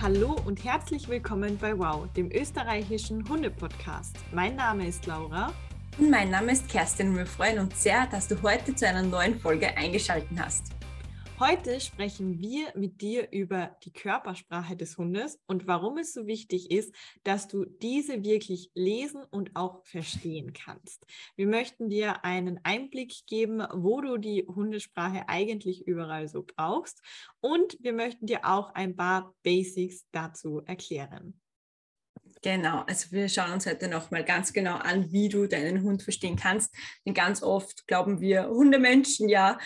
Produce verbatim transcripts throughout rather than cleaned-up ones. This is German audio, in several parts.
Hallo und herzlich willkommen bei Wow, dem österreichischen Hunde-Podcast. Mein Name ist Laura. Und mein Name ist Kerstin und wir freuen uns sehr, dass du heute zu einer neuen Folge eingeschaltet hast. Heute sprechen wir mit dir über die Körpersprache des Hundes und warum es so wichtig ist, dass du diese wirklich lesen und auch verstehen kannst. Wir möchten dir einen Einblick geben, wo du die Hundesprache eigentlich überall so brauchst, und wir möchten dir auch ein paar Basics dazu erklären. Genau, also wir schauen uns heute nochmal ganz genau an, wie du deinen Hund verstehen kannst. Denn ganz oft glauben wir Hundemenschen ja,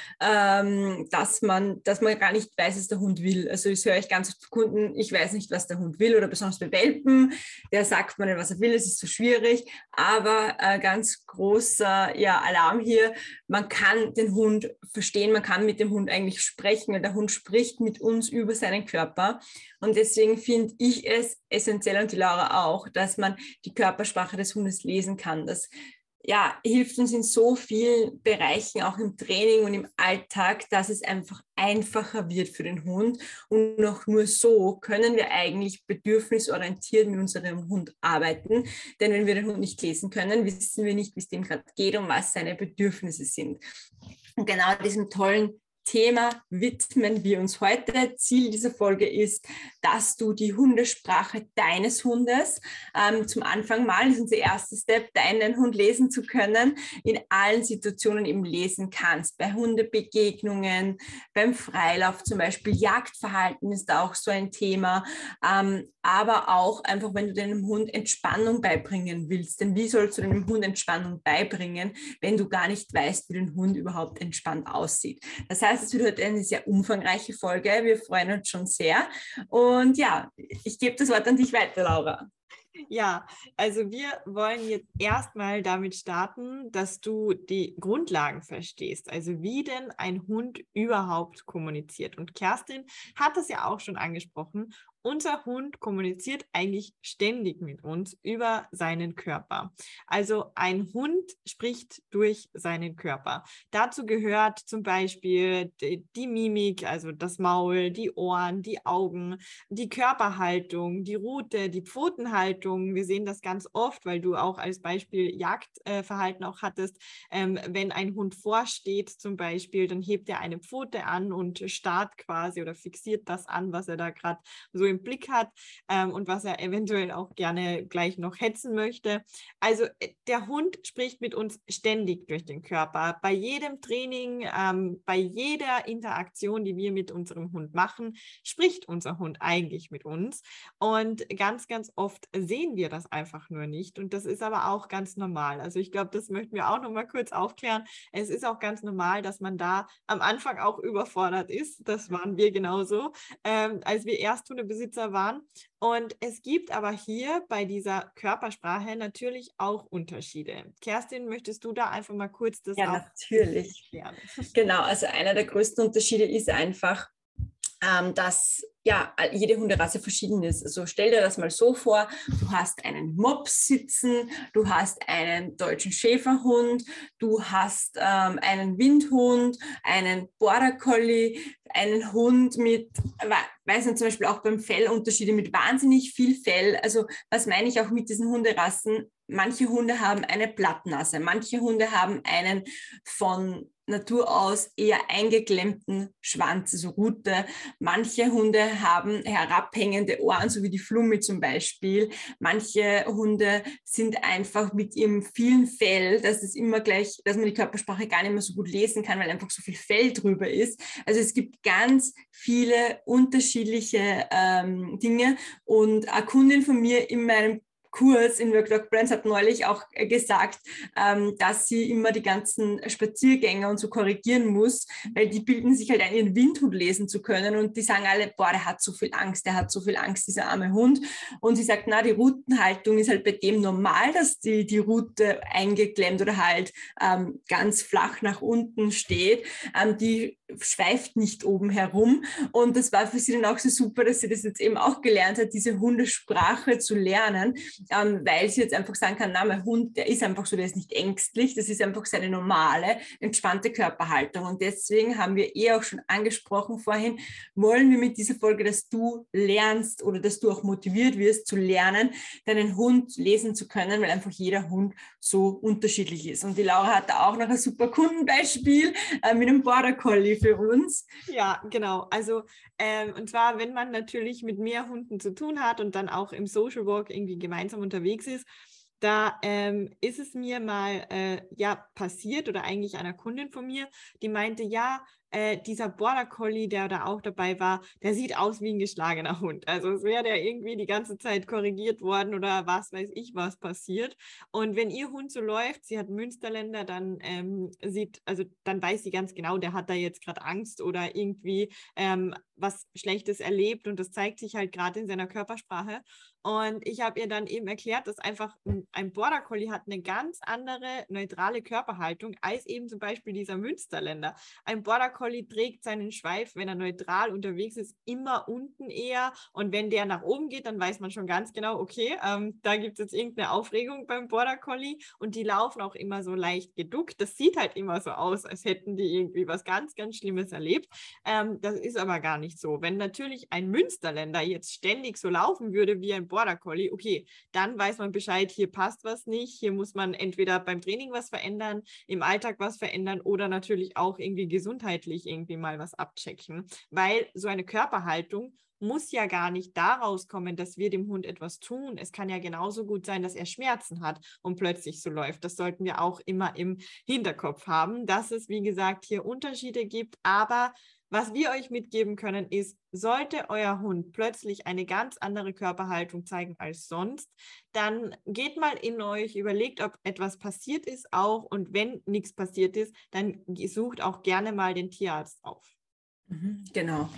ähm, dass man, dass man gar nicht weiß, was der Hund will. Also das höre ich ganz oft von Kunden, ich weiß nicht, was der Hund will, oder besonders bei Welpen, der sagt man nicht, was er will, es ist so schwierig. Aber äh, ganz großer ja, Alarm hier, man kann den Hund verstehen, man kann mit dem Hund eigentlich sprechen, weil der Hund spricht mit uns über seinen Körper. Und deswegen finde ich es essentiell, und die Laura auch, dass man die Körpersprache des Hundes lesen kann. Das ja, hilft uns in so vielen Bereichen, auch im Training und im Alltag, dass es einfach einfacher wird für den Hund. Und auch nur so können wir eigentlich bedürfnisorientiert mit unserem Hund arbeiten. Denn wenn wir den Hund nicht lesen können, wissen wir nicht, wie es dem gerade geht und was seine Bedürfnisse sind. Und genau diesem tollen Thema widmen wir uns heute. Ziel dieser Folge ist, dass du die Hundesprache deines Hundes ähm, zum Anfang mal, das ist unser erster Step, deinen Hund lesen zu können, in allen Situationen eben lesen kannst. Bei Hundebegegnungen, beim Freilauf zum Beispiel, Jagdverhalten ist da auch so ein Thema, ähm, aber auch einfach, wenn du deinem Hund Entspannung beibringen willst. Denn wie sollst du deinem Hund Entspannung beibringen, wenn du gar nicht weißt, wie dein Hund überhaupt entspannt aussieht? Das heißt, es wird heute eine sehr umfangreiche Folge. Wir freuen uns schon sehr. Und ja, ich gebe das Wort an dich weiter, Laura. Ja, also wir wollen jetzt erstmal damit starten, dass du die Grundlagen verstehst, also wie denn ein Hund überhaupt kommuniziert. Und Kerstin hat es ja auch schon angesprochen. Unser Hund kommuniziert eigentlich ständig mit uns über seinen Körper. Also ein Hund spricht durch seinen Körper. Dazu gehört zum Beispiel die, die Mimik, also das Maul, die Ohren, die Augen, die Körperhaltung, die Rute, die Pfotenhaltung. Wir sehen das ganz oft, weil du auch als Beispiel Jagdverhalten äh, auch hattest. Ähm, wenn ein Hund vorsteht zum Beispiel, dann hebt er eine Pfote an und starrt quasi oder fixiert das an, was er da gerade so im Blick hat ähm, und was er eventuell auch gerne gleich noch hetzen möchte. Also der Hund spricht mit uns ständig durch den Körper. Bei jedem Training, ähm, bei jeder Interaktion, die wir mit unserem Hund machen, spricht unser Hund eigentlich mit uns. Und ganz, ganz oft sehen wir das einfach nur nicht. Und das ist aber auch ganz normal. Also ich glaube, das möchten wir auch noch mal kurz aufklären. Es ist auch ganz normal, dass man da am Anfang auch überfordert ist. Das waren wir genauso, ähm, als wir Ersthundebesitzer waren. Und es gibt aber hier bei dieser Körpersprache natürlich auch Unterschiede. Kerstin, möchtest du da einfach mal kurz das Ja, auch natürlich. erklären? Genau, also einer der größten Unterschiede ist einfach, ähm, dass ja, jede Hunderasse verschieden ist. Also stell dir das mal so vor, du hast einen Mops sitzen, du hast einen deutschen Schäferhund, du hast ähm, einen Windhund, einen Border Collie, einen Hund mit, weiß nicht, zum Beispiel auch beim Fell Unterschiede mit wahnsinnig viel Fell. Also was meine ich auch mit diesen Hunderassen? Manche Hunde haben eine Blattnase, manche Hunde haben einen von Natur aus eher eingeklemmten Schwanz, also Rute. Manche Hunde haben herabhängende Ohren, so wie die Flummi zum Beispiel. Manche Hunde sind einfach mit ihrem vielen Fell, dass es immer gleich, dass man die Körpersprache gar nicht mehr so gut lesen kann, weil einfach so viel Fell drüber ist. Also es gibt ganz viele unterschiedliche ähm, Dinge. Und eine Kundin von mir in meinem Kurs in Work Dog Brands hat neulich auch gesagt, ähm, dass sie immer die ganzen Spaziergänger und so korrigieren muss, weil die bilden sich halt ein, ihren Windhund lesen zu können und die sagen alle, boah, der hat so viel Angst, der hat so viel Angst, dieser arme Hund. Und sie sagt, na, die Rutenhaltung ist halt bei dem normal, dass die, die Rute eingeklemmt oder halt ähm, ganz flach nach unten steht. Ähm, die schweift nicht oben herum. Und das war für sie dann auch so super, dass sie das jetzt eben auch gelernt hat, diese Hundesprache zu lernen, ähm, weil sie jetzt einfach sagen kann, na, mein Hund, der ist einfach so, der ist nicht ängstlich, das ist einfach seine normale, entspannte Körperhaltung. Und deswegen haben wir eh auch schon angesprochen vorhin, wollen wir mit dieser Folge, dass du lernst oder dass du auch motiviert wirst zu lernen, deinen Hund lesen zu können, weil einfach jeder Hund so unterschiedlich ist. Und die Laura hat da auch noch ein super Kundenbeispiel äh, mit einem Border Collie für uns. Ja, genau. Also, ähm, und zwar, wenn man natürlich mit mehr Hunden zu tun hat und dann auch im Social Walk irgendwie gemeinsam unterwegs ist, da ähm, ist es mir mal äh, ja passiert oder eigentlich einer Kundin von mir, die meinte, ja, äh, dieser Border Collie, der da auch dabei war, der sieht aus wie ein geschlagener Hund. Also es wäre der irgendwie die ganze Zeit korrigiert worden oder was weiß ich, was passiert. Und wenn ihr Hund so läuft, sie hat Münsterländer, dann ähm, sieht, also dann weiß sie ganz genau, der hat da jetzt gerade Angst oder irgendwie ähm, was Schlechtes erlebt und das zeigt sich halt gerade in seiner Körpersprache. Und ich habe ihr dann eben erklärt, dass einfach ein Border Collie hat eine ganz andere neutrale Körperhaltung als eben zum Beispiel dieser Münsterländer. Ein Border Collie trägt seinen Schweif, wenn er neutral unterwegs ist, immer unten eher. Und wenn der nach oben geht, dann weiß man schon ganz genau, okay, ähm, da gibt es jetzt irgendeine Aufregung beim Border Collie. Und die laufen auch immer so leicht geduckt. Das sieht halt immer so aus, als hätten die irgendwie was ganz, ganz Schlimmes erlebt. Ähm, das ist aber gar nicht so. Wenn natürlich ein Münsterländer jetzt ständig so laufen würde wie ein Border Collie, okay, dann weiß man Bescheid, hier passt was nicht, hier muss man entweder beim Training was verändern, im Alltag was verändern oder natürlich auch irgendwie gesundheitlich irgendwie mal was abchecken, weil so eine Körperhaltung muss ja gar nicht daraus kommen, dass wir dem Hund etwas tun. Es kann ja genauso gut sein, dass er Schmerzen hat und plötzlich so läuft. Das sollten wir auch immer im Hinterkopf haben, dass es, wie gesagt, hier Unterschiede gibt, aber was wir euch mitgeben können, ist, sollte euer Hund plötzlich eine ganz andere Körperhaltung zeigen als sonst, dann geht mal in euch, überlegt, ob etwas passiert ist auch und wenn nichts passiert ist, dann sucht auch gerne mal den Tierarzt auf. Mhm, genau.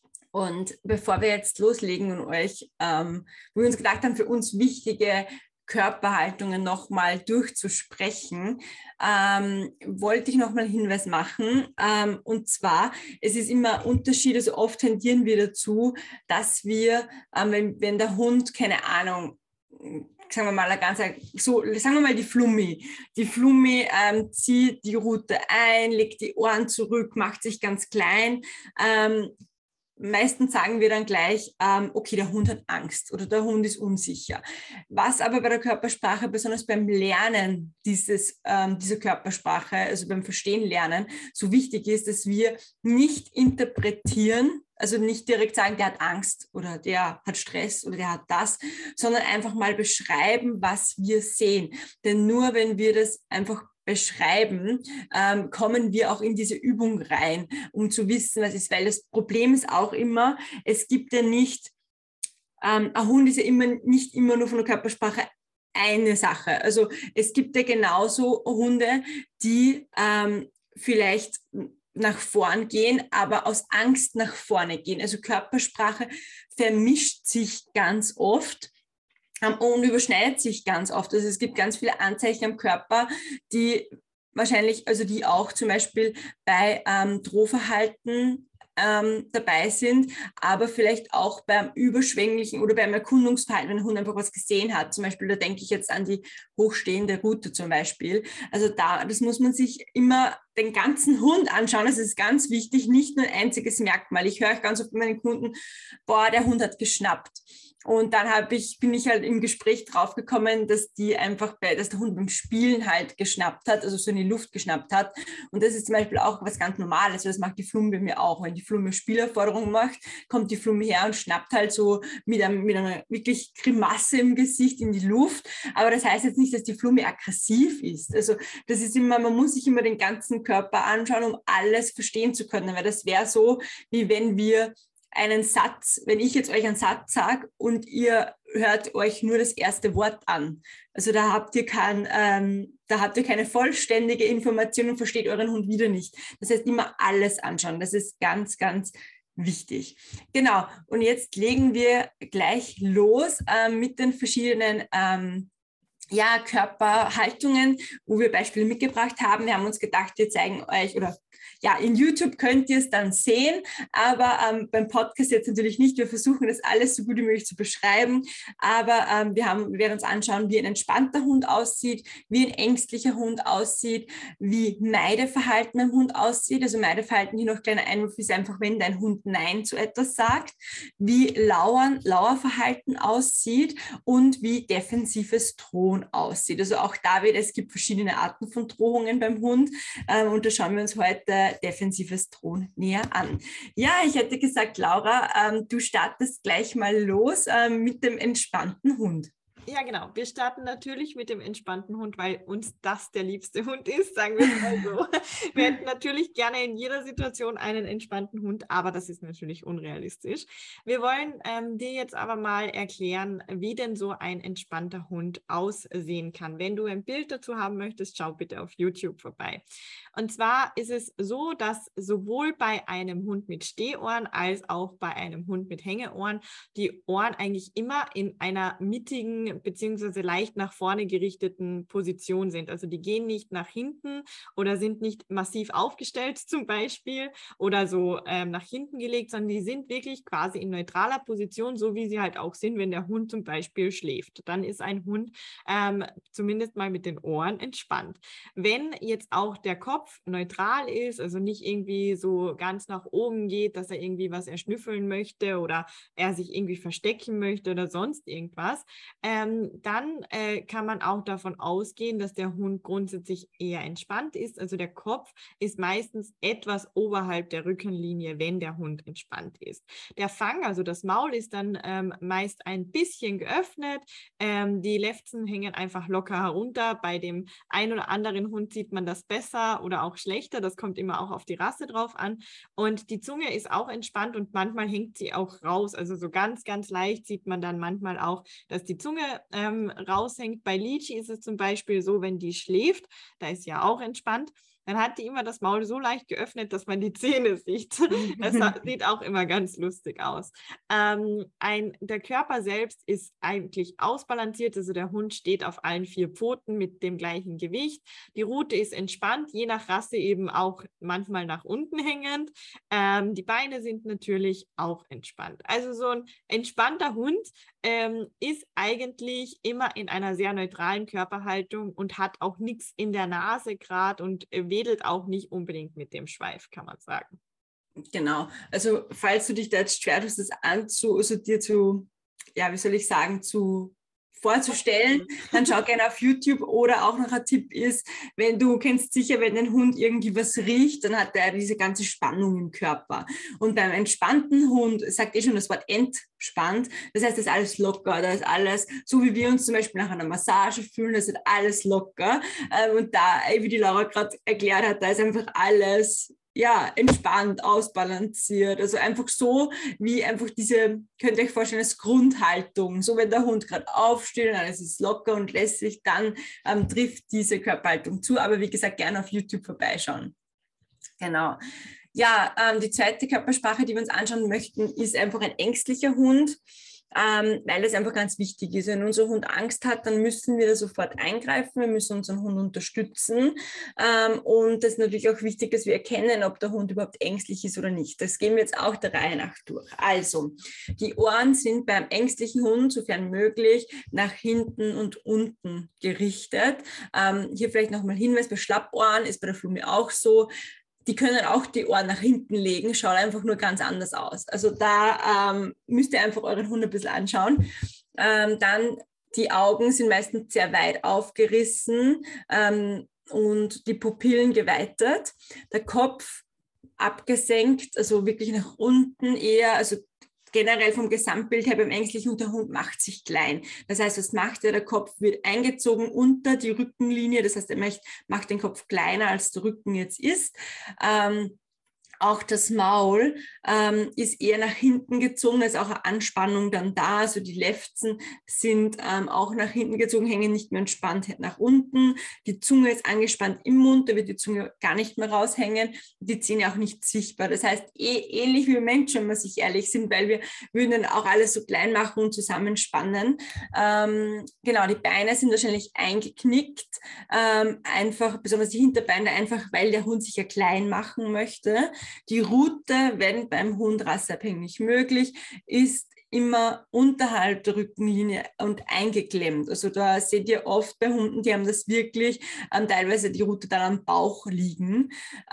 Und bevor wir jetzt loslegen und euch, ähm, wo wir uns gedacht haben, für uns wichtige Körperhaltungen nochmal durchzusprechen, ähm, wollte ich nochmal einen Hinweis machen. Ähm, und zwar, es ist immer ein Unterschied, also oft tendieren wir dazu, dass wir, ähm, wenn, wenn der Hund, keine Ahnung, sagen wir mal, ganz, so, sagen wir mal die Flummi. Die Flummi ähm, zieht die Rute ein, legt die Ohren zurück, macht sich ganz klein. Ähm, Meistens sagen wir dann gleich, ähm, okay, der Hund hat Angst oder der Hund ist unsicher. Was aber bei der Körpersprache, besonders beim Lernen dieses, ähm, dieser Körpersprache, also beim Verstehen lernen, so wichtig ist, dass wir nicht interpretieren, also nicht direkt sagen, der hat Angst oder der hat Stress oder der hat das, sondern einfach mal beschreiben, was wir sehen. Denn nur wenn wir das einfach beschreiben, ähm, kommen wir auch in diese Übung rein, um zu wissen, was ist, weil das Problem ist auch immer, es gibt ja nicht, ähm, ein Hund ist ja immer nicht immer nur von der Körpersprache eine Sache. Also es gibt ja genauso Hunde, die ähm, vielleicht nach vorn gehen, aber aus Angst nach vorne gehen. Also Körpersprache vermischt sich ganz oft und überschneidet sich ganz oft. Also es gibt ganz viele Anzeichen am Körper, die wahrscheinlich, also die auch zum Beispiel bei ähm, Drohverhalten ähm, dabei sind, aber vielleicht auch beim überschwänglichen oder beim Erkundungsverhalten, wenn ein Hund einfach was gesehen hat. Zum Beispiel, da denke ich jetzt an die hochstehende Rute zum Beispiel. Also da, das muss man sich immer den ganzen Hund anschauen. Das ist ganz wichtig, nicht nur ein einziges Merkmal. Ich höre ganz oft bei meinen Kunden, boah, der Hund hat geschnappt. Und dann habe ich, bin ich halt im Gespräch draufgekommen, dass die einfach, bei, dass der Hund beim Spielen halt geschnappt hat, also so in die Luft geschnappt hat. Und das ist zum Beispiel auch was ganz Normales. Das macht die Flumme bei mir auch. Wenn die Flumme Spielerforderung macht, kommt die Flumme her und schnappt halt so mit, einem, mit einer wirklich Grimasse im Gesicht in die Luft. Aber das heißt jetzt nicht, dass die Flumme aggressiv ist. Also das ist immer, man muss sich immer den ganzen Körper anschauen, um alles verstehen zu können. Weil das wäre so, wie wenn wir einen Satz, wenn ich jetzt euch einen Satz sage und ihr hört euch nur das erste Wort an. Also da habt ihr kein, ähm, da habt ihr keine vollständige Information und versteht euren Hund wieder nicht. Das heißt, immer alles anschauen. Das ist ganz, ganz wichtig. Genau. Und jetzt legen wir gleich los äh, mit den verschiedenen ähm, ja, Körperhaltungen, wo wir Beispiele mitgebracht haben. Wir haben uns gedacht, wir zeigen euch oder ja, in YouTube könnt ihr es dann sehen, aber ähm, beim Podcast jetzt natürlich nicht. Wir versuchen das alles so gut wie möglich zu beschreiben, aber ähm, wir, haben, wir werden uns anschauen, wie ein entspannter Hund aussieht, wie ein ängstlicher Hund aussieht, wie Meideverhalten beim Hund aussieht. Also Meideverhalten, hier noch ein kleiner Einwurf, ist einfach, wenn dein Hund Nein zu etwas sagt, wie Lauern, Lauerverhalten aussieht und wie defensives Drohen aussieht. Also auch da wieder, es gibt verschiedene Arten von Drohungen beim Hund ähm, und da schauen wir uns heute defensives Drohen näher an. Ja, ich hätte gesagt, Laura, ähm, du startest gleich mal los ähm, mit dem entspannten Hund. Ja, genau. Wir starten natürlich mit dem entspannten Hund, weil uns das der liebste Hund ist, sagen wir es mal so. Wir hätten natürlich gerne in jeder Situation einen entspannten Hund, aber das ist natürlich unrealistisch. Wir wollen ähm, dir jetzt aber mal erklären, wie denn so ein entspannter Hund aussehen kann. Wenn du ein Bild dazu haben möchtest, schau bitte auf YouTube vorbei. Und zwar ist es so, dass sowohl bei einem Hund mit Stehohren als auch bei einem Hund mit Hängeohren die Ohren eigentlich immer in einer mittigen beziehungsweise leicht nach vorne gerichteten Position sind. Also die gehen nicht nach hinten oder sind nicht massiv aufgestellt zum Beispiel oder so ähm, nach hinten gelegt, sondern die sind wirklich quasi in neutraler Position, so wie sie halt auch sind, wenn der Hund zum Beispiel schläft. Dann ist ein Hund ähm, zumindest mal mit den Ohren entspannt. Wenn jetzt auch der Kopf neutral ist, also nicht irgendwie so ganz nach oben geht, dass er irgendwie was erschnüffeln möchte oder er sich irgendwie verstecken möchte oder sonst irgendwas, ähm, dann äh, kann man auch davon ausgehen, dass der Hund grundsätzlich eher entspannt ist. Also der Kopf ist meistens etwas oberhalb der Rückenlinie, wenn der Hund entspannt ist. Der Fang, also das Maul, ist dann ähm, meist ein bisschen geöffnet. Ähm, die Lefzen hängen einfach locker herunter. Bei dem einen oder anderen Hund sieht man das besser oder auch schlechter. Das kommt immer auch auf die Rasse drauf an. Und die Zunge ist auch entspannt und manchmal hängt sie auch raus. Also so ganz, ganz leicht sieht man dann manchmal auch, dass die Zunge ähm, raushängt. Bei Litchi ist es zum Beispiel so, wenn die schläft, da ist ja auch entspannt, dann hat die immer das Maul so leicht geöffnet, dass man die Zähne sieht. Das sieht auch immer ganz lustig aus. Ähm, ein, der Körper selbst ist eigentlich ausbalanciert, also der Hund steht auf allen vier Pfoten mit dem gleichen Gewicht. Die Rute ist entspannt, je nach Rasse eben auch manchmal nach unten hängend. Ähm, die Beine sind natürlich auch entspannt. Also so ein entspannter Hund ähm, ist eigentlich immer in einer sehr neutralen Körperhaltung und hat auch nichts in der Nase gerade und äh, wedelt auch nicht unbedingt mit dem Schweif, kann man sagen. Genau, also falls du dich da jetzt schwer tust, das anzu, also dir zu, ja, wie soll ich sagen, zu vorzustellen, dann schau gerne auf YouTube oder auch noch ein Tipp ist, wenn du kennst sicher, wenn ein Hund irgendwie was riecht, dann hat er diese ganze Spannung im Körper. Und beim entspannten Hund, sagt eh schon das Wort entspannt, das heißt, das ist alles locker, da ist alles, so wie wir uns zum Beispiel nach einer Massage fühlen, das ist alles locker. Und da, wie die Laura gerade erklärt hat, da ist einfach alles ja, entspannt, ausbalanciert. Also einfach so, wie einfach diese, könnt ihr euch vorstellen, als Grundhaltung. So, wenn der Hund gerade aufsteht und alles ist locker und lässig, dann ähm, trifft diese Körperhaltung zu. Aber wie gesagt, gerne auf YouTube vorbeischauen. Genau. Ja, ähm, die zweite Körpersprache, die wir uns anschauen möchten, ist einfach ein ängstlicher Hund. Ähm, weil es einfach ganz wichtig ist. Wenn unser Hund Angst hat, dann müssen wir da sofort eingreifen, wir müssen unseren Hund unterstützen ähm, und das ist natürlich auch wichtig, dass wir erkennen, ob der Hund überhaupt ängstlich ist oder nicht. Das gehen wir jetzt auch der Reihe nach durch. Also, die Ohren sind beim ängstlichen Hund, sofern möglich, nach hinten und unten gerichtet. Ähm, hier vielleicht nochmal Hinweis, bei Schlappohren ist bei der Flummi auch so, die können auch die Ohren nach hinten legen, schaut einfach nur ganz anders aus. Also da ähm, müsst ihr einfach euren Hund ein bisschen anschauen. Ähm, dann die Augen sind meistens sehr weit aufgerissen ähm, und die Pupillen geweitet. Der Kopf abgesenkt, also wirklich nach unten eher, also generell vom Gesamtbild her beim ängstlichen Hund, der Hund macht sich klein. Das heißt, was macht er? Der Kopf wird eingezogen unter die Rückenlinie. Das heißt, er macht den Kopf kleiner, als der Rücken jetzt ist. Ähm, Auch das Maul ähm, ist eher nach hinten gezogen, da ist auch eine Anspannung dann da. Also die Lefzen sind ähm, auch nach hinten gezogen, hängen nicht mehr entspannt nach unten. Die Zunge ist angespannt im Mund, da wird die Zunge gar nicht mehr raushängen. Die Zähne auch nicht sichtbar. Das heißt, eh, ähnlich wie Menschen, wenn wir sich ehrlich sind, weil wir würden dann auch alles so klein machen und zusammenspannen. Ähm, genau, die Beine sind wahrscheinlich eingeknickt, ähm, einfach, besonders die Hinterbeine, einfach weil der Hund sich ja klein machen möchte. Die Rute, wenn beim Hund rasseabhängig möglich, ist immer unterhalb der Rückenlinie und eingeklemmt. Also da seht ihr oft bei Hunden, die haben das wirklich, ähm, teilweise die Rute dann am Bauch liegen.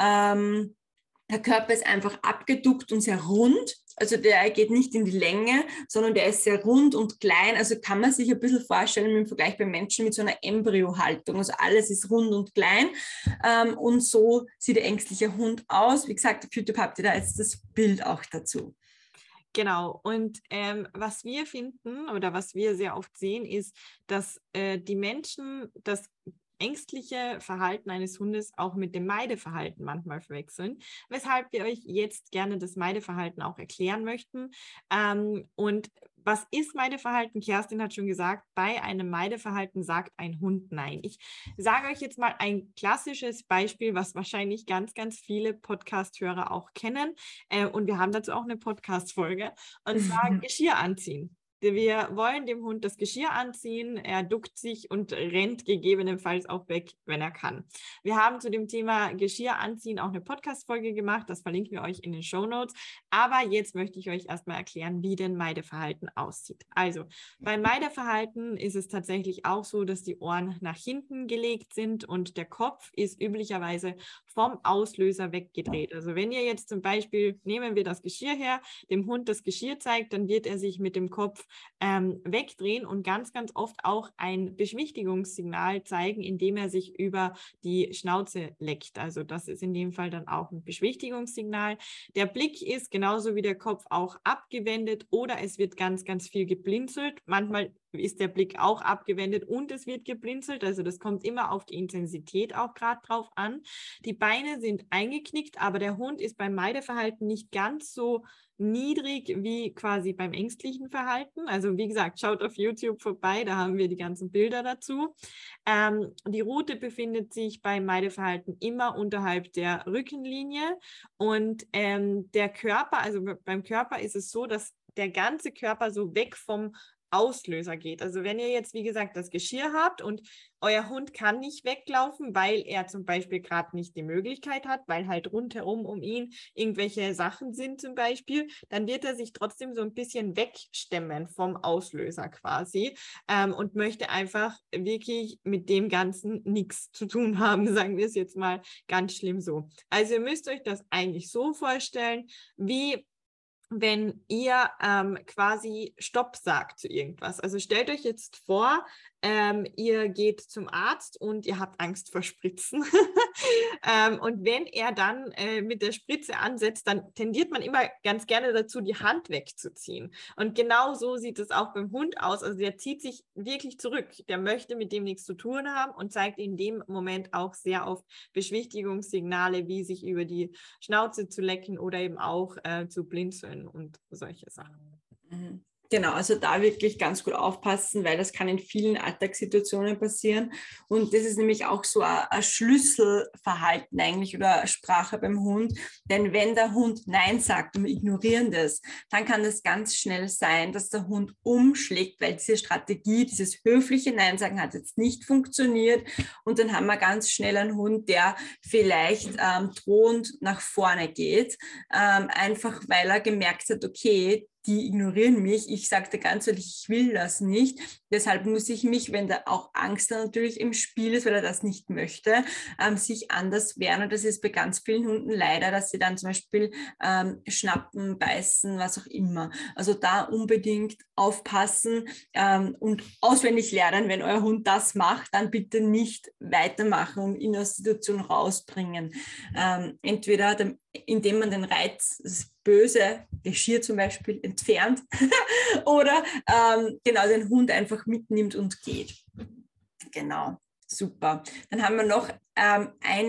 Ähm, der Körper ist einfach abgeduckt und sehr rund. Also der geht nicht in die Länge, sondern der ist sehr rund und klein. Also kann man sich ein bisschen vorstellen im Vergleich bei Menschen mit so einer Embryohaltung. Also alles ist rund und klein. Ähm, und so sieht der ängstliche Hund aus. Wie gesagt, auf YouTube habt ihr da jetzt das Bild auch dazu. Genau, und ähm, was wir finden oder was wir sehr oft sehen, ist, dass äh, die Menschen das ängstliche Verhalten eines Hundes auch mit dem Meideverhalten manchmal verwechseln, weshalb wir euch jetzt gerne das Meideverhalten auch erklären möchten. Ähm, und was ist Meideverhalten? Kerstin hat schon gesagt, bei einem Meideverhalten sagt ein Hund Nein. Ich sage euch jetzt mal ein klassisches Beispiel, was wahrscheinlich ganz, ganz viele Podcast-Hörer auch kennen. Äh, und wir haben dazu auch eine Podcast-Folge. Und zwar Geschirr anziehen. Wir wollen dem Hund das Geschirr anziehen, er duckt sich und rennt gegebenenfalls auch weg, wenn er kann. Wir haben zu dem Thema Geschirr anziehen auch eine Podcast-Folge gemacht, das verlinken wir euch in den Shownotes. Aber jetzt möchte ich euch erstmal erklären, wie denn Meideverhalten aussieht. Also beim Meideverhalten ist es tatsächlich auch so, dass die Ohren nach hinten gelegt sind und der Kopf ist üblicherweise vom Auslöser weggedreht. Also wenn ihr jetzt zum Beispiel, nehmen wir das Geschirr her, dem Hund das Geschirr zeigt, dann wird er sich mit dem Kopf Ähm, wegdrehen und ganz, ganz oft auch ein Beschwichtigungssignal zeigen, indem er sich über die Schnauze leckt. Also das ist in dem Fall dann auch ein Beschwichtigungssignal. Der Blick ist genauso wie der Kopf auch abgewendet oder es wird ganz, ganz viel geblinzelt. Manchmal ist der Blick auch abgewendet und es wird geblinzelt. Also das kommt immer auf die Intensität auch gerade drauf an. Die Beine sind eingeknickt, aber der Hund ist beim Meideverhalten nicht ganz so niedrig wie quasi beim ängstlichen Verhalten. Also wie gesagt, schaut auf YouTube vorbei, da haben wir die ganzen Bilder dazu. Ähm, die Rute befindet sich beim Meideverhalten immer unterhalb der Rückenlinie und ähm, der Körper, also beim Körper ist es so, dass der ganze Körper so weg vom Auslöser geht. Also wenn ihr jetzt, wie gesagt, das Geschirr habt und euer Hund kann nicht weglaufen, weil er zum Beispiel gerade nicht die Möglichkeit hat, weil halt rundherum um ihn irgendwelche Sachen sind zum Beispiel, dann wird er sich trotzdem so ein bisschen wegstemmen vom Auslöser quasi ähm, und möchte einfach wirklich mit dem Ganzen nichts zu tun haben, sagen wir es jetzt mal ganz schlimm so. Also ihr müsst euch das eigentlich so vorstellen, wie wenn ihr ähm, quasi Stopp sagt zu irgendwas. Also stellt euch jetzt vor, ähm, ihr geht zum Arzt und ihr habt Angst vor Spritzen. ähm, und wenn er dann äh, mit der Spritze ansetzt, dann tendiert man immer ganz gerne dazu, die Hand wegzuziehen. Und genau so sieht es auch beim Hund aus. Also der zieht sich wirklich zurück. Der möchte mit dem nichts zu tun haben und zeigt in dem Moment auch sehr oft Beschwichtigungssignale, wie sich über die Schnauze zu lecken oder eben auch äh, zu blinzeln und solche Sachen. Mhm. Genau, also da wirklich ganz gut aufpassen, weil das kann in vielen Alltagssituationen passieren. Und das ist nämlich auch so ein, ein Schlüsselverhalten eigentlich oder Sprache beim Hund. Denn wenn der Hund Nein sagt und wir ignorieren das, dann kann es ganz schnell sein, dass der Hund umschlägt, weil diese Strategie, dieses höfliche Nein sagen hat jetzt nicht funktioniert. Und dann haben wir ganz schnell einen Hund, der vielleicht ähm, drohend nach vorne geht, ähm, einfach weil er gemerkt hat, okay, die ignorieren mich, ich sagte ganz ehrlich, ich will das nicht. Deshalb muss ich mich, wenn da auch Angst natürlich im Spiel ist, weil er das nicht möchte, ähm, sich anders wehren. Und das ist bei ganz vielen Hunden leider, dass sie dann zum Beispiel ähm, schnappen, beißen, was auch immer. Also da unbedingt aufpassen ähm, und auswendig lernen, wenn euer Hund das macht, dann bitte nicht weitermachen und ihn aus der Situation rausbringen. Ähm, entweder dem, indem man den Reiz, das böse Geschirr zum Beispiel, entfernt oder ähm, genau den Hund einfach mitnimmt und geht. Genau, super. Dann haben wir noch ähm, ein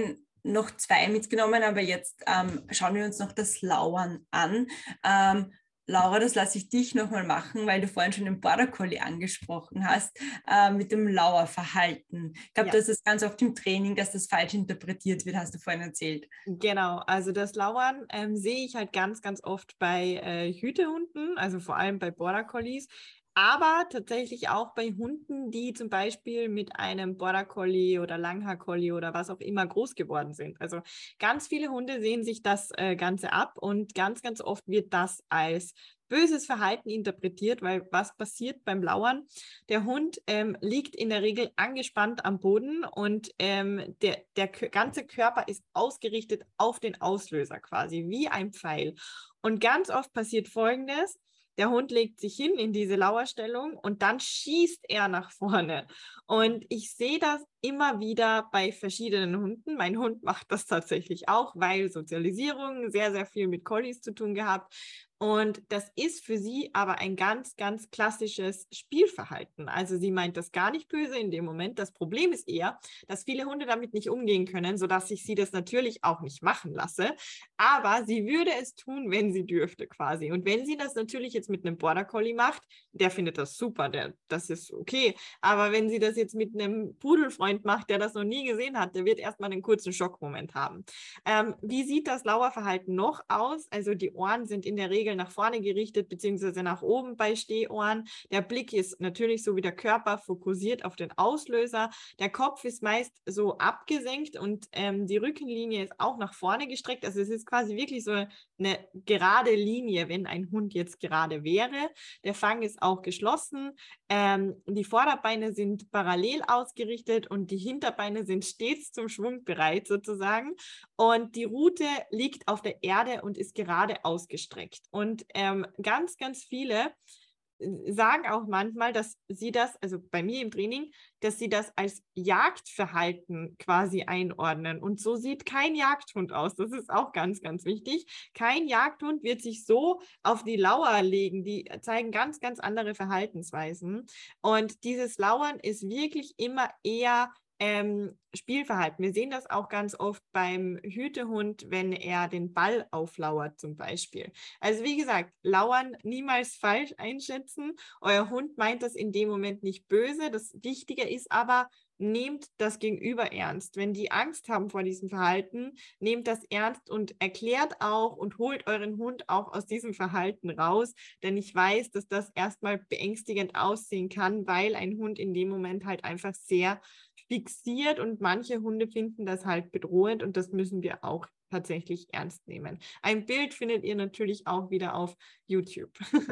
noch zwei mitgenommen, aber jetzt ähm, schauen wir uns noch das Lauern an. Ähm, Laura, das lasse ich dich nochmal machen, weil du vorhin schon den Border Collie angesprochen hast, äh, mit dem Lauerverhalten. Ich glaube, Ja. das ist ganz oft im Training, dass das falsch interpretiert wird, hast du vorhin erzählt. Genau, also das Lauern ähm, sehe ich halt ganz, ganz oft bei äh, Hütehunden, also vor allem bei Border Collies, aber tatsächlich auch bei Hunden, die zum Beispiel mit einem Border Collie oder Langhaar Collie oder was auch immer groß geworden sind. Also ganz viele Hunde sehen sich das äh, Ganze ab und ganz, ganz oft wird das als böses Verhalten interpretiert, weil was passiert beim Lauern? Der Hund ähm, liegt in der Regel angespannt am Boden und ähm, der, der ganze Körper ist ausgerichtet auf den Auslöser quasi, wie ein Pfeil. Und ganz oft passiert Folgendes: Der Hund legt sich hin in diese Lauerstellung und dann schießt er nach vorne. Und ich sehe das immer wieder bei verschiedenen Hunden. Mein Hund macht das tatsächlich auch, weil Sozialisierung sehr, sehr viel mit Collies zu tun gehabt. Und das ist für sie aber ein ganz, ganz klassisches Spielverhalten. Also sie meint das gar nicht böse in dem Moment. Das Problem ist eher, dass viele Hunde damit nicht umgehen können, sodass ich sie das natürlich auch nicht machen lasse. Aber sie würde es tun, wenn sie dürfte quasi. Und wenn sie das natürlich jetzt mit einem Border Collie macht, der findet das super, der, das ist okay. Aber wenn sie das jetzt mit einem Pudelfreund macht, der das noch nie gesehen hat, der wird erstmal einen kurzen Schockmoment haben. Ähm, wie sieht das Lauerverhalten noch aus? Also die Ohren sind in der Regel nach vorne gerichtet, beziehungsweise nach oben bei Stehohren. Der Blick ist natürlich so wie der Körper fokussiert auf den Auslöser. Der Kopf ist meist so abgesenkt und ähm, die Rückenlinie ist auch nach vorne gestreckt. Also es ist quasi wirklich so eine gerade Linie, wenn ein Hund jetzt gerade wäre. Der Fang ist auch geschlossen. Ähm, die Vorderbeine sind parallel ausgerichtet und die Hinterbeine sind stets zum Schwung bereit sozusagen. Und die Rute liegt auf der Erde und ist gerade ausgestreckt. Und ähm, ganz, ganz viele sagen auch manchmal, dass sie das, also bei mir im Training, dass sie das als Jagdverhalten quasi einordnen. Und so sieht kein Jagdhund aus. Das ist auch ganz, ganz wichtig. Kein Jagdhund wird sich so auf die Lauer legen. Die zeigen ganz, ganz andere Verhaltensweisen. Und dieses Lauern ist wirklich immer eher Ähm, Spielverhalten. Wir sehen das auch ganz oft beim Hütehund, wenn er den Ball auflauert zum Beispiel. Also wie gesagt, Lauern niemals falsch einschätzen. Euer Hund meint das in dem Moment nicht böse. Das Wichtige ist aber, nehmt das Gegenüber ernst. Wenn die Angst haben vor diesem Verhalten, nehmt das ernst und erklärt auch und holt euren Hund auch aus diesem Verhalten raus, denn ich weiß, dass das erstmal beängstigend aussehen kann, weil ein Hund in dem Moment halt einfach sehr fixiert und manche Hunde finden das halt bedrohend und das müssen wir auch tatsächlich ernst nehmen. Ein Bild findet ihr natürlich auch wieder auf YouTube.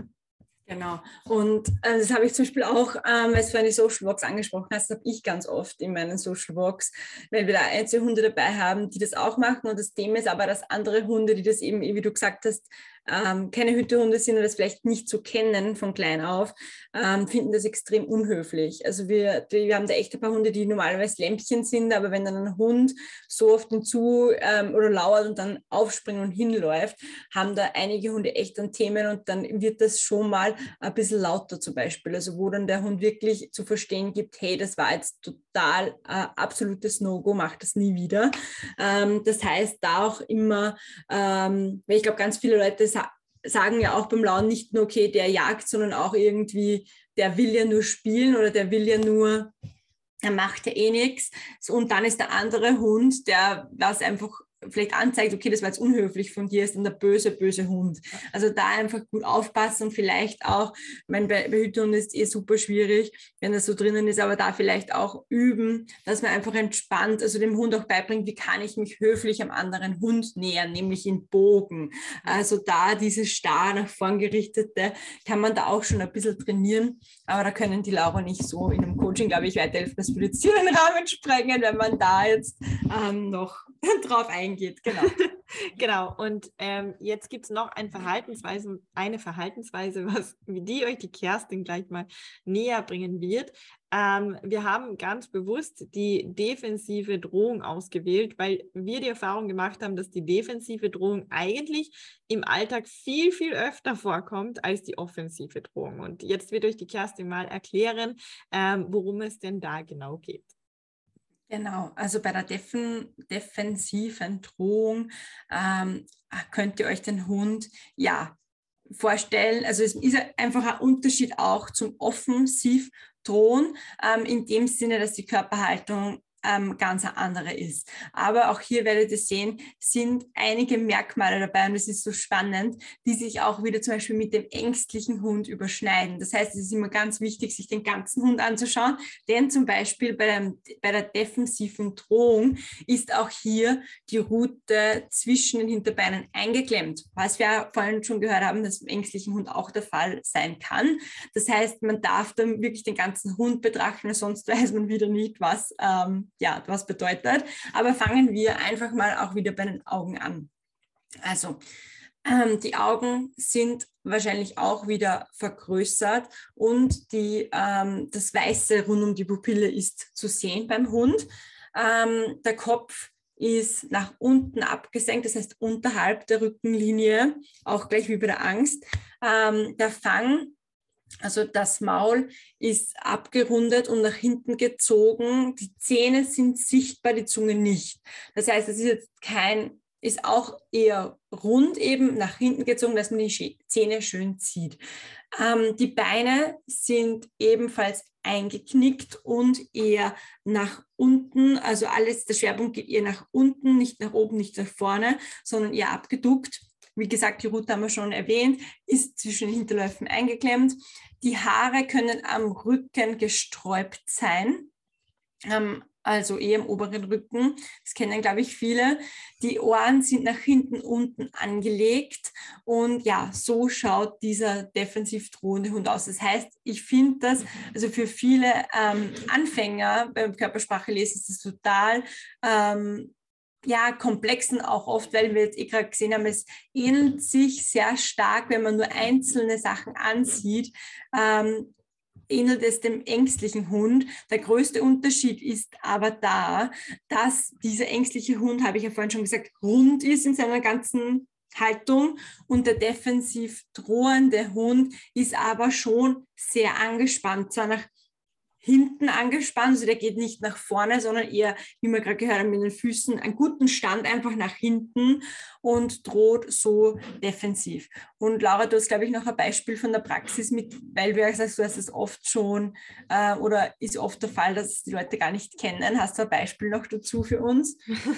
Genau. Und äh, das habe ich zum Beispiel auch, ähm, als du eine Social Walks angesprochen hast, habe ich ganz oft in meinen Social Walks, weil wir da Einzelhunde dabei haben, die das auch machen. Und das Thema ist aber, dass andere Hunde, die das eben, wie du gesagt hast, ähm, keine Hütehunde sind oder das vielleicht nicht so kennen von klein auf, ähm, finden das extrem unhöflich. Also wir, die, wir haben da echt ein paar Hunde, die normalerweise Lämpchen sind, aber wenn dann ein Hund so auf den zu ähm, oder lauert und dann aufspringt und hinläuft, haben da einige Hunde echt an Themen und dann wird das schon mal ein bisschen lauter zum Beispiel, also wo dann der Hund wirklich zu verstehen gibt, hey, das war jetzt total äh, absolutes No-Go, mach das nie wieder. Ähm, das heißt, da auch immer, ähm, weil ich glaube, ganz viele Leute sa- sagen ja auch beim Lauern nicht nur, okay, der jagt, sondern auch irgendwie, der will ja nur spielen oder der will ja nur, er macht ja eh nichts. Und dann ist der andere Hund, der das einfach vielleicht anzeigt, okay, das war jetzt unhöflich von dir, ist dann der böse, böse Hund. Also da einfach gut aufpassen und vielleicht auch, ich meine, bei, bei Hütehunden ist es eh super schwierig, wenn das so drinnen ist, aber da vielleicht auch üben, dass man einfach entspannt, also dem Hund auch beibringt, wie kann ich mich höflich am anderen Hund nähern, nämlich in Bogen. Also da dieses starr nach vorn gerichtete, kann man da auch schon ein bisschen trainieren, aber da können die Laura nicht so in einem Coaching, glaube ich, weiterhelfen. Das würde jetzt hier den Rahmen sprengen, wenn man da jetzt ähm, noch drauf eingeht. Geht, genau. Genau, und ähm, jetzt gibt es noch ein Verhaltensweise, eine Verhaltensweise, was, die euch die Kerstin gleich mal näher bringen wird. Ähm, wir haben ganz bewusst die defensive Drohung ausgewählt, weil wir die Erfahrung gemacht haben, dass die defensive Drohung eigentlich im Alltag viel, viel öfter vorkommt als die offensive Drohung. Und jetzt wird euch die Kerstin mal erklären, ähm, worum es denn da genau geht. Genau, also bei der Defen defensiven Drohung ähm, könnt ihr euch den Hund ja vorstellen. Also es ist einfach ein Unterschied auch zum Offensivdrohen, ähm, in dem Sinne, dass die Körperhaltung ähm, ganz eine andere ist. Aber auch hier werdet ihr sehen, sind einige Merkmale dabei und es ist so spannend, die sich auch wieder zum Beispiel mit dem ängstlichen Hund überschneiden. Das heißt, es ist immer ganz wichtig, sich den ganzen Hund anzuschauen, denn zum Beispiel bei, dem, bei der defensiven Drohung ist auch hier die Rute zwischen den Hinterbeinen eingeklemmt, was wir vorhin schon gehört haben, dass beim ängstlichen Hund auch der Fall sein kann. Das heißt, man darf dann wirklich den ganzen Hund betrachten, sonst weiß man wieder nicht, was ähm, ja, was bedeutet. Aber fangen wir einfach mal auch wieder bei den Augen an. Also, ähm, die Augen sind wahrscheinlich auch wieder vergrößert und die, ähm, das Weiße rund um die Pupille ist zu sehen beim Hund. Ähm, der Kopf ist nach unten abgesenkt, das heißt unterhalb der Rückenlinie, auch gleich wie bei der Angst. Ähm, der Fang, also das Maul ist abgerundet und nach hinten gezogen. Die Zähne sind sichtbar, die Zunge nicht. Das heißt, es ist jetzt kein, ist auch eher rund eben nach hinten gezogen, dass man die Zähne schön sieht. Ähm, die Beine sind ebenfalls eingeknickt und eher nach unten. Also alles, der Schwerpunkt geht eher nach unten, nicht nach oben, nicht nach vorne, sondern eher abgeduckt. Wie gesagt, die Rute haben wir schon erwähnt, ist zwischen den Hinterläufen eingeklemmt. Die Haare können am Rücken gesträubt sein, ähm, also eher im oberen Rücken. Das kennen, glaube ich, viele. Die Ohren sind nach hinten unten angelegt und ja, so schaut dieser defensiv drohende Hund aus. Das heißt, ich finde das, also für viele ähm, Anfänger beim Körpersprache lesen ist das total ähm, ja, komplexen auch oft, weil wir jetzt eh gerade gesehen haben, es ähnelt sich sehr stark, wenn man nur einzelne Sachen ansieht, ähm, ähnelt es dem ängstlichen Hund. Der größte Unterschied ist aber da, dass dieser ängstliche Hund, habe ich ja vorhin schon gesagt, rund ist in seiner ganzen Haltung und der defensiv drohende Hund ist aber schon sehr angespannt, zwar nach hinten angespannt, also der geht nicht nach vorne, sondern eher, wie wir gerade gehört haben, mit den Füßen einen guten Stand einfach nach hinten und droht so defensiv. Und Laura, du hast, glaube ich, noch ein Beispiel von der Praxis mit, weil du sagst, du hast es oft schon äh, oder ist oft der Fall, dass die Leute gar nicht kennen. Hast du ein Beispiel noch dazu für uns?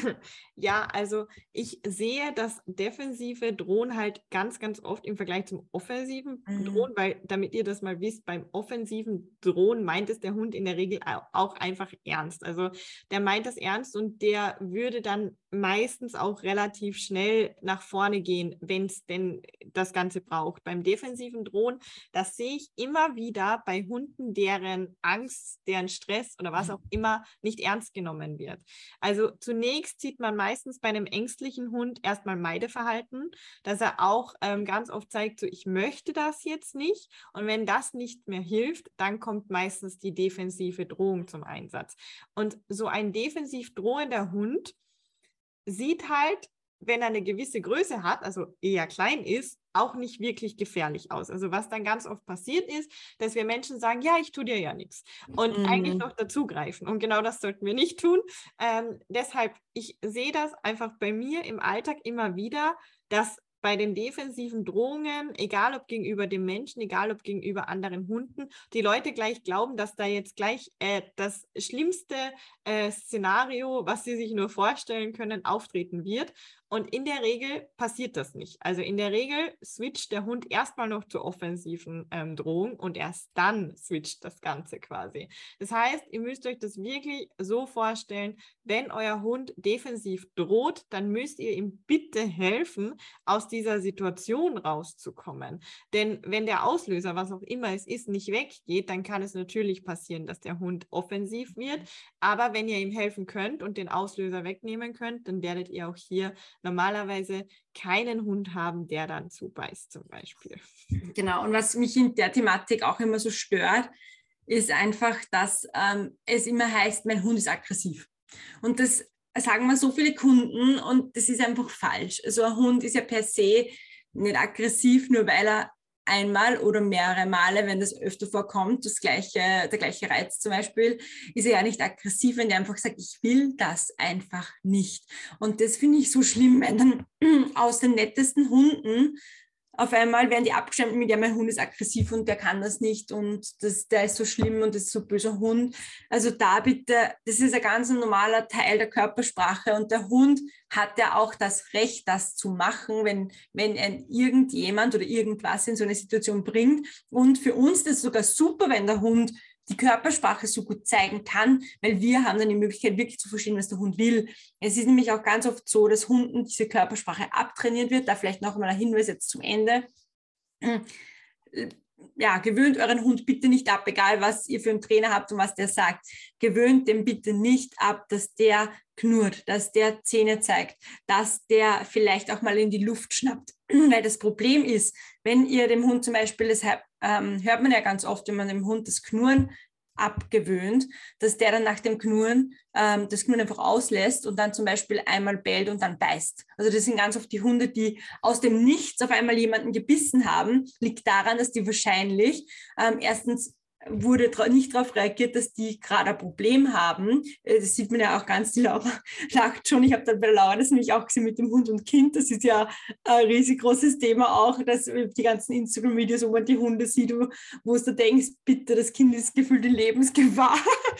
Ja, also ich sehe das defensive Drohen halt ganz, ganz oft im Vergleich zum offensiven mhm. Drohen, weil damit ihr das mal wisst, beim offensiven Drohen meint es der Hund in der Regel auch einfach ernst. Also der meint das ernst und der würde dann meistens auch relativ schnell nach vorne gehen, wenn es denn das Ganze braucht. Beim defensiven Drohen, das sehe ich immer wieder bei Hunden, deren Angst, deren Stress oder was auch immer nicht ernst genommen wird. Also zunächst sieht man meistens bei einem ängstlichen Hund erstmal Meideverhalten, dass er auch ähm, ganz oft zeigt, so ich möchte das jetzt nicht und wenn das nicht mehr hilft, dann kommt meistens die defensive Drohung zum Einsatz. Und so ein defensiv drohender Hund sieht halt, wenn er eine gewisse Größe hat, also eher klein ist, auch nicht wirklich gefährlich aus. Also was dann ganz oft passiert ist, dass wir Menschen sagen, ja, ich tue dir ja nichts und mhm. eigentlich noch dazugreifen. Und genau das sollten wir nicht tun. Ähm, deshalb, ich sehe das einfach bei mir im Alltag immer wieder, dass bei den defensiven Drohungen, egal ob gegenüber dem Menschen, egal ob gegenüber anderen Hunden, die Leute gleich glauben, dass da jetzt gleich äh, das schlimmste äh, Szenario, was sie sich nur vorstellen können, auftreten wird. Und in der Regel passiert das nicht. Also in der Regel switcht der Hund erstmal noch zur offensiven ähm, Drohung und erst dann switcht das Ganze quasi. Das heißt, ihr müsst euch das wirklich so vorstellen, wenn euer Hund defensiv droht, dann müsst ihr ihm bitte helfen, aus dieser Situation rauszukommen. Denn wenn der Auslöser, was auch immer es ist, nicht weggeht, dann kann es natürlich passieren, dass der Hund offensiv wird. Aber wenn ihr ihm helfen könnt und den Auslöser wegnehmen könnt, dann werdet ihr auch hier normalerweise keinen Hund haben, der dann zubeißt zum Beispiel. Genau, und was mich in der Thematik auch immer so stört, ist einfach, dass ähm, es immer heißt, mein Hund ist aggressiv. Und das sagen wir so viele Kunden und das ist einfach falsch. Also ein Hund ist ja per se nicht aggressiv, nur weil er einmal oder mehrere Male, wenn das öfter vorkommt, das gleiche, der gleiche Reiz zum Beispiel, ist er ja nicht aggressiv, wenn der einfach sagt, ich will das einfach nicht. Und das finde ich so schlimm, wenn dann aus den nettesten Hunden auf einmal werden die abgestimmt mit, ja, mein Hund ist aggressiv und der kann das nicht und das, der ist so schlimm und das ist so ein böser Hund. Also da bitte, das ist ein ganz normaler Teil der Körpersprache und der Hund hat ja auch das Recht, das zu machen, wenn, wenn ein irgendjemand oder irgendwas in so eine Situation bringt. Und für uns ist es sogar super, wenn der Hund die Körpersprache so gut zeigen kann, weil wir haben dann die Möglichkeit, wirklich zu verstehen, was der Hund will. Es ist nämlich auch ganz oft so, dass Hunden diese Körpersprache abtrainiert wird. Da vielleicht noch einmal ein Hinweis jetzt zum Ende. Ja, gewöhnt euren Hund bitte nicht ab, egal was ihr für einen Trainer habt und was der sagt. Gewöhnt den bitte nicht ab, dass der knurrt, dass der Zähne zeigt, dass der vielleicht auch mal in die Luft schnappt. Weil das Problem ist, wenn ihr dem Hund zum Beispiel, das ähm, hört man ja ganz oft, wenn man dem Hund das Knurren abgewöhnt, dass der dann nach dem Knurren ähm, das Knurren einfach auslässt und dann zum Beispiel einmal bellt und dann beißt. Also das sind ganz oft die Hunde, die aus dem Nichts auf einmal jemanden gebissen haben, liegt daran, dass die wahrscheinlich ähm, erstens wurde nicht darauf reagiert, dass die gerade ein Problem haben. Das sieht man ja auch ganz, die Laura lacht schon. Ich habe dann bei Laura das nämlich auch gesehen mit dem Hund und Kind. Das ist ja ein riesig großes Thema auch, dass die ganzen Instagram-Videos, wo man die Hunde sieht, wo du denkst, bitte, das Kind ist gefühlt in Lebensgefahr.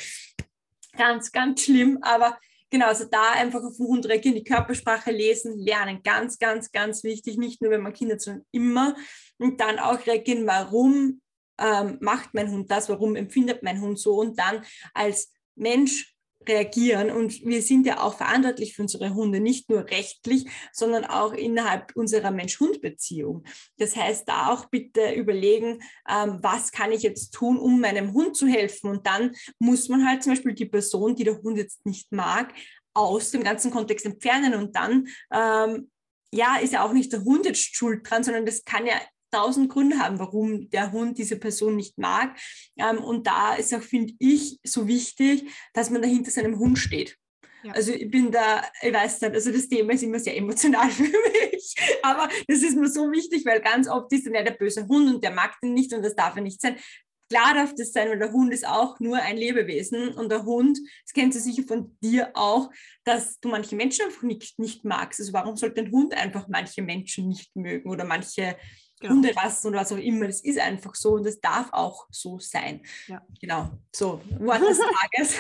Ganz, ganz schlimm, aber genau, also da einfach auf den Hund reagieren, die Körpersprache lesen, lernen, ganz, ganz, ganz wichtig, nicht nur, wenn man Kinder, sondern immer. Und dann auch reagieren, warum ähm, macht mein Hund das, warum empfindet mein Hund so und dann als Mensch reagieren. Und wir sind ja auch verantwortlich für unsere Hunde, nicht nur rechtlich, sondern auch innerhalb unserer Mensch-Hund-Beziehung. Das heißt, da auch bitte überlegen, ähm, was kann ich jetzt tun, um meinem Hund zu helfen. Und dann muss man halt zum Beispiel die Person, die der Hund jetzt nicht mag, aus dem ganzen Kontext entfernen. Und dann, ähm, ja, ist ja auch nicht der Hund jetzt schuld dran, sondern das kann ja tausend Gründe haben, warum der Hund diese Person nicht mag. Ähm, und da ist auch, finde ich, so wichtig, dass man dahinter seinem Hund steht. Ja. Also ich bin da, ich weiß nicht, also das Thema ist immer sehr emotional für mich, aber das ist mir so wichtig, weil ganz oft ist dann ja der böse Hund und der mag den nicht und das darf er nicht sein. Klar darf das sein, weil der Hund ist auch nur ein Lebewesen und der Hund, das kennst du sicher von dir auch, dass du manche Menschen einfach nicht, nicht magst. Also warum sollte ein Hund einfach manche Menschen nicht mögen oder manche Genau. Hunderassen oder was auch immer, das ist einfach so und das darf auch so sein. Ja. Genau, so, Wort des Tages.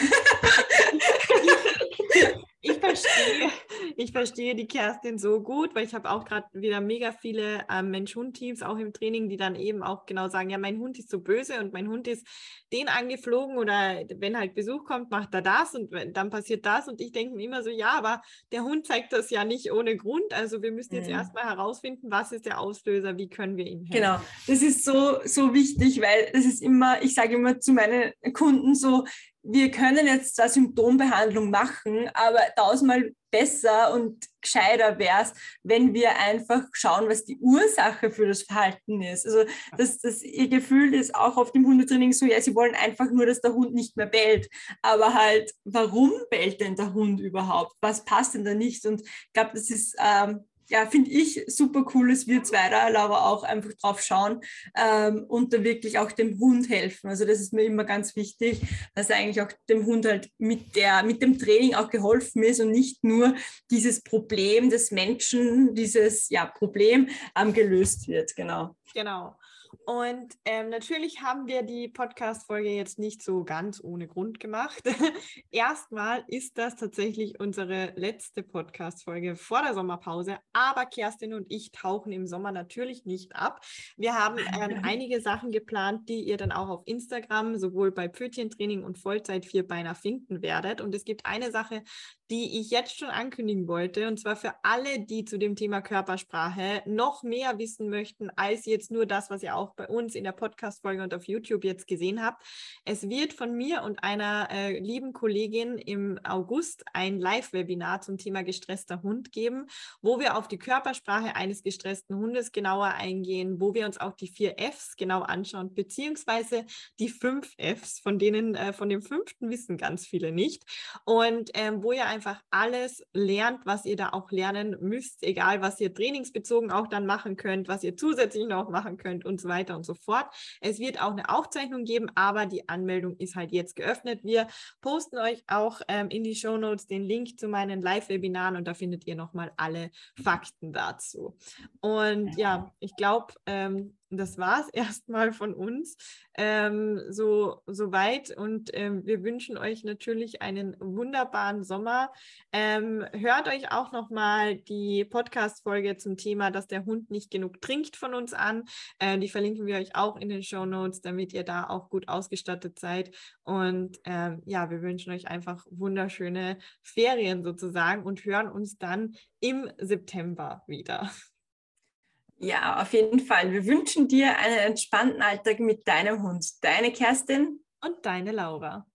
Ich verstehe, ich verstehe die Kerstin so gut, weil ich habe auch gerade wieder mega viele ähm, Mensch-Hund-Teams auch im Training, die dann eben auch genau sagen, ja, mein Hund ist so böse und mein Hund ist den angeflogen oder wenn halt Besuch kommt, macht er das und dann passiert das und ich denke mir immer so, ja, aber der Hund zeigt das ja nicht ohne Grund, also wir müssen jetzt mhm. erstmal herausfinden, was ist der Auslöser, wie können wir ihm helfen. Genau, das ist so, so wichtig, weil das ist immer, ich sage immer zu meinen Kunden so, wir können jetzt zwar Symptombehandlung machen, aber tausendmal besser und gescheiter wäre es, wenn wir einfach schauen, was die Ursache für das Verhalten ist. Also das, das, ihr Gefühl ist auch auf dem Hundetraining so, ja, sie wollen einfach nur, dass der Hund nicht mehr bellt. Aber halt, warum bellt denn der Hund überhaupt? Was passt denn da nicht? Und ich glaube, das ist... Ähm, ja, finde ich super cool, dass wir zwei da, Laura, auch einfach drauf schauen ähm, und da wirklich auch dem Hund helfen. Also das ist mir immer ganz wichtig, dass eigentlich auch dem Hund halt mit, der, mit dem Training auch geholfen ist und nicht nur dieses Problem des Menschen, dieses ja, Problem ähm, gelöst wird. Genau. Genau. Und ähm, natürlich haben wir die Podcast-Folge jetzt nicht so ganz ohne Grund gemacht. Erstmal ist das tatsächlich unsere letzte Podcast-Folge vor der Sommerpause, aber Kerstin und ich tauchen im Sommer natürlich nicht ab. Wir haben ähm, einige Sachen geplant, die ihr dann auch auf Instagram sowohl bei Pfötchentraining und Vollzeit Vierbeiner finden werdet. Und es gibt eine Sache, die ich jetzt schon ankündigen wollte, und zwar für alle, die zu dem Thema Körpersprache noch mehr wissen möchten, als jetzt nur das, was ihr auch bei uns in der Podcast-Folge und auf YouTube jetzt gesehen habt. Es wird von mir und einer äh, lieben Kollegin im August ein Live-Webinar zum Thema gestresster Hund geben, wo wir auf auf die Körpersprache eines gestressten Hundes genauer eingehen, wo wir uns auch die vier Fs genau anschauen, beziehungsweise die fünf Fs, von denen, äh, von dem fünften wissen ganz viele nicht. Und ähm, wo ihr einfach alles lernt, was ihr da auch lernen müsst, egal was ihr trainingsbezogen auch dann machen könnt, was ihr zusätzlich noch machen könnt und so weiter und so fort. Es wird auch eine Aufzeichnung geben, aber die Anmeldung ist halt jetzt geöffnet. Wir posten euch auch ähm, in die Shownotes den Link zu meinen Live-Webinaren und da findet ihr nochmal alle Fakten dazu. Und ja, ich glaube, ähm, das war es erstmal von uns ähm, so, so weit und ähm, wir wünschen euch natürlich einen wunderbaren Sommer. Ähm, hört euch auch nochmal die Podcast-Folge zum Thema, dass der Hund nicht genug trinkt von uns an. Äh, die verlinken wir euch auch in den Shownotes, damit ihr da auch gut ausgestattet seid. Und ähm, ja, wir wünschen euch einfach wunderschöne Ferien sozusagen und hören uns dann im September wieder. Ja, auf jeden Fall. Wir wünschen dir einen entspannten Alltag mit deinem Hund. Deine Kerstin und deine Laura.